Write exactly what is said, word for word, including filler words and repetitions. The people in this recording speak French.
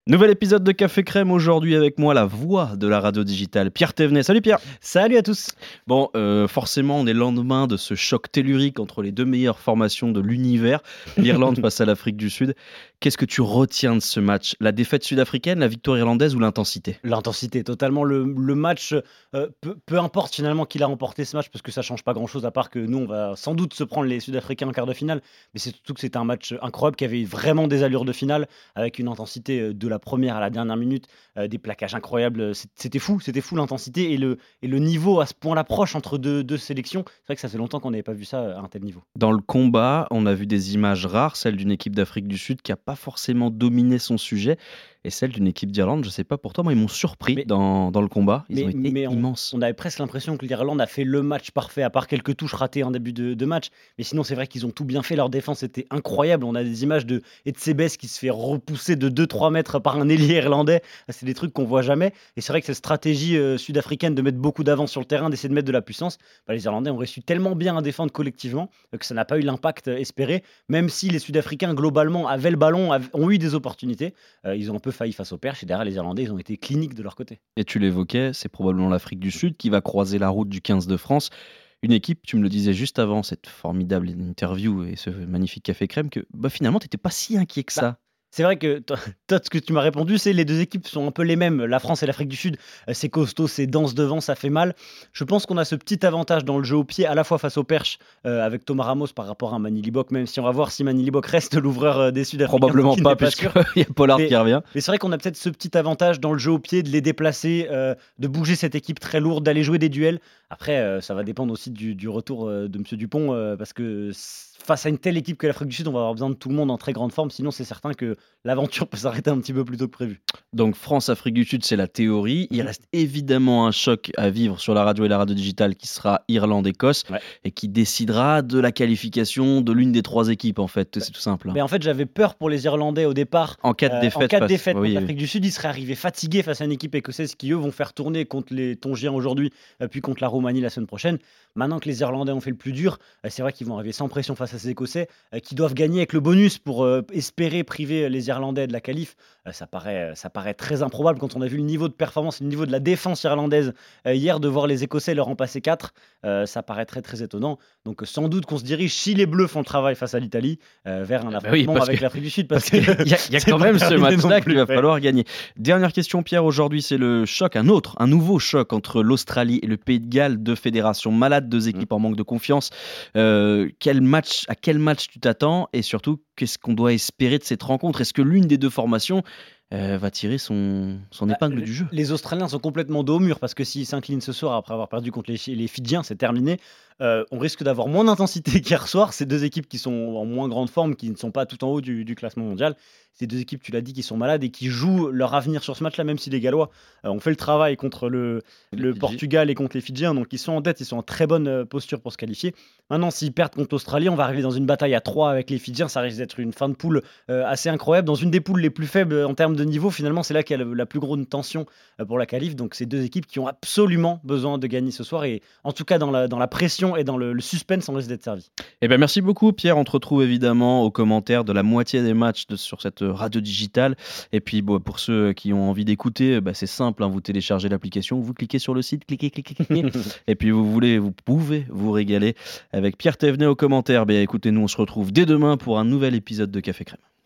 Nouvel épisode de Café Crème aujourd'hui avec moi, la voix de la radio digitale, Pierre Thévenet. Salut Pierre. Salut à tous. Bon, euh, forcément, on est le lendemain de ce choc tellurique entre les deux meilleures formations de l'univers, l'Irlande face à l'Afrique du Sud. Qu'est-ce que tu retiens de ce match ? La défaite sud-africaine, la victoire irlandaise ou l'intensité ? L'intensité, totalement. Le, le match, euh, peu, peu importe finalement qui a remporté ce match, parce que ça change pas grand-chose, à part que nous, on va sans doute se prendre les Sud-Africains en quart de finale. Mais c'est surtout que c'était un match incroyable, qui avait vraiment des allures de finale, avec une intensité de la première à la dernière minute, euh, des plaquages incroyables. C'était fou, c'était fou l'intensité et le, et le niveau à ce point-là proche entre deux, deux sélections. C'est vrai que ça fait longtemps qu'on n'avait pas vu ça à un tel niveau. Dans le combat, on a vu des images rares, celle d'une équipe d'Afrique du Sud qui n'a pas forcément dominé son sujet, et celle d'une équipe d'Irlande, je sais pas pour toi, moi ils m'ont surpris mais, dans, dans le combat, ils mais, ont été mais on, immenses. On avait presque l'impression que l'Irlande a fait le match parfait, à part quelques touches ratées en début de, de match, mais sinon c'est vrai qu'ils ont tout bien fait, leur défense était incroyable, on a des images de Etsebes qui se fait repousser de deux trois mètres par un ailier irlandais, c'est des trucs qu'on voit jamais, et c'est vrai que cette stratégie euh, sud-africaine de mettre beaucoup d'avance sur le terrain, d'essayer de mettre de la puissance, bah, les Irlandais ont réussi tellement bien à défendre collectivement euh, que ça n'a pas eu l'impact espéré, même si les Sud-Africains globalement avaient le ballon, avaient, ont eu des opportunités, euh, ils ont un peu failli face au Perche, et derrière les Irlandais ils ont été cliniques de leur côté. Et tu l'évoquais, c'est probablement l'Afrique du Sud qui va croiser la route du quinze de France. Une équipe, tu me le disais juste avant cette formidable interview et ce magnifique café crème, que bah, finalement tu n'étais pas si inquiet que ça. Bah. C'est vrai que toi, toi, ce que tu m'as répondu, c'est les deux équipes sont un peu les mêmes. La France et l'Afrique du Sud, c'est costaud, c'est dense devant, ça fait mal. Je pense qu'on a ce petit avantage dans le jeu au pied, à la fois face au Perche euh, avec Thomas Ramos par rapport à Mani Libok, même si on va voir si Mani Libok reste l'ouvreur des Sud-Africains. Probablement pas, puisqu'il y a Pollard mais, qui revient. Mais c'est vrai qu'on a peut-être ce petit avantage dans le jeu au pied, de les déplacer, euh, de bouger cette équipe très lourde, d'aller jouer des duels. Après, euh, ça va dépendre aussi du, du retour euh, de M. Dupont, euh, parce que face à une telle équipe que l'Afrique du Sud, on va avoir besoin de tout le monde en très grande forme. Sinon, c'est certain que l'aventure peut s'arrêter un petit peu plus tôt que prévu. Donc France-Afrique du Sud, c'est la théorie. Il reste évidemment un choc à vivre sur la radio et la radio digitale qui sera Irlande-Écosse, ouais. et qui décidera de la qualification de l'une des trois équipes en fait. Ouais. C'est tout simple. Hein. Mais en fait, j'avais peur pour les Irlandais au départ. En cas de euh, défaite, en cas de défaite oui, contre l'Afrique oui. du Sud, ils seraient arrivés fatigués face à une équipe écossaise qui eux vont faire tourner contre les Tongiens aujourd'hui, puis contre la Roumanie la semaine prochaine. Maintenant que les Irlandais ont fait le plus dur, c'est vrai qu'ils vont arriver sans pression face à ces Écossais, qui doivent gagner avec le bonus pour espérer priver les Irlandais de la qualif. Ça paraît, ça paraît très improbable quand on a vu le niveau de performance, le niveau de la défense irlandaise hier, de voir les Écossais leur en passer quatre. Ça paraît très très étonnant. Donc sans doute qu'on se dirige, si les Bleus font le travail face à l'Italie, vers un affrontement oui, avec que, l'Afrique du Sud. Parce qu'il y a, y a quand même ce match-là qu'il va falloir gagner. Dernière question, Pierre, aujourd'hui, c'est le choc, un autre, un nouveau choc entre l'Australie et le Pays de Galles, deux fédérations malades, deux équipes mmh. en manque de confiance. Euh, quel match, à quel match tu t'attends ? Et surtout, qu'est-ce qu'on doit espérer de cette rencontre ? Est-ce que l'une des deux formations euh, va tirer son, son épingle bah, du jeu ? Les Australiens sont complètement dos au mur, parce que s'ils s'inclinent ce soir après avoir perdu contre les, les Fidjiens, c'est terminé. Euh, on risque d'avoir moins d'intensité qu'hier soir. Ces deux équipes qui sont en moins grande forme, qui ne sont pas tout en haut du, du classement mondial. Ces deux équipes, tu l'as dit, qui sont malades et qui jouent leur avenir sur ce match-là, même si les Gallois euh, ont fait le travail contre le, le Portugal et contre les Fidjiens. Donc ils sont en tête, ils sont en très bonne posture pour se qualifier. Maintenant, s'ils perdent contre l'Australie, on va arriver dans une bataille à trois avec les Fidjiens. Ça risque d'être une fin de poule euh, assez incroyable. Dans une des poules les plus faibles en termes de niveau, finalement, c'est là qu'il y a la, la plus grosse tension euh, pour la qualif. Donc ces deux équipes qui ont absolument besoin de gagner ce soir. Et en tout cas, dans la, dans la pression et dans le, le suspense, on risque d'être servi. Eh bien, merci beaucoup, Pierre. On te retrouve évidemment aux commentaires de la moitié des matchs de, sur cette radio digitale. Et puis, bon, pour ceux qui ont envie d'écouter, bah, c'est simple. Hein, vous téléchargez l'application, vous cliquez sur le site, cliquez, cliquez, cliquez. Et puis, vous voulez, vous pouvez vous régaler avec Pierre Thévenet aux commentaires. Bah, écoutez, nous, on se retrouve dès demain pour un nouvel épisode de Café Crème.